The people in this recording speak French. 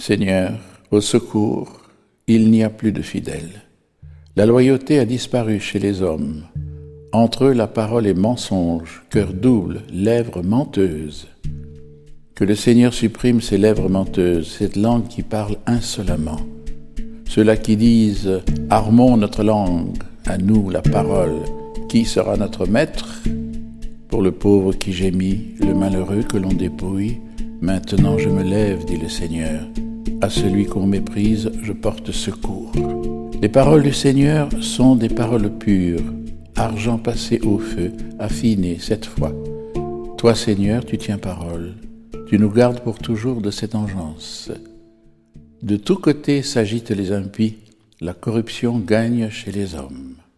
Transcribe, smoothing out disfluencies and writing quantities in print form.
Seigneur, au secours, il n'y a plus de fidèles. La loyauté a disparu chez les hommes. Entre eux, la parole est mensonge, cœur double, lèvres menteuses. Que le Seigneur supprime ces lèvres menteuses, cette langue qui parle insolemment. Ceux-là qui disent « Armons notre langue, à nous la parole, qui sera notre maître ?» Pour le pauvre qui gémit, le malheureux que l'on dépouille, maintenant je me lève, dit le Seigneur. À celui qu'on méprise, je porte secours. Les paroles du Seigneur sont des paroles pures, argent passé au feu, affiné cette fois. Toi, Seigneur, tu tiens parole. Tu nous gardes pour toujours de cette engeance. De tous côtés s'agitent les impies, la corruption gagne chez les hommes.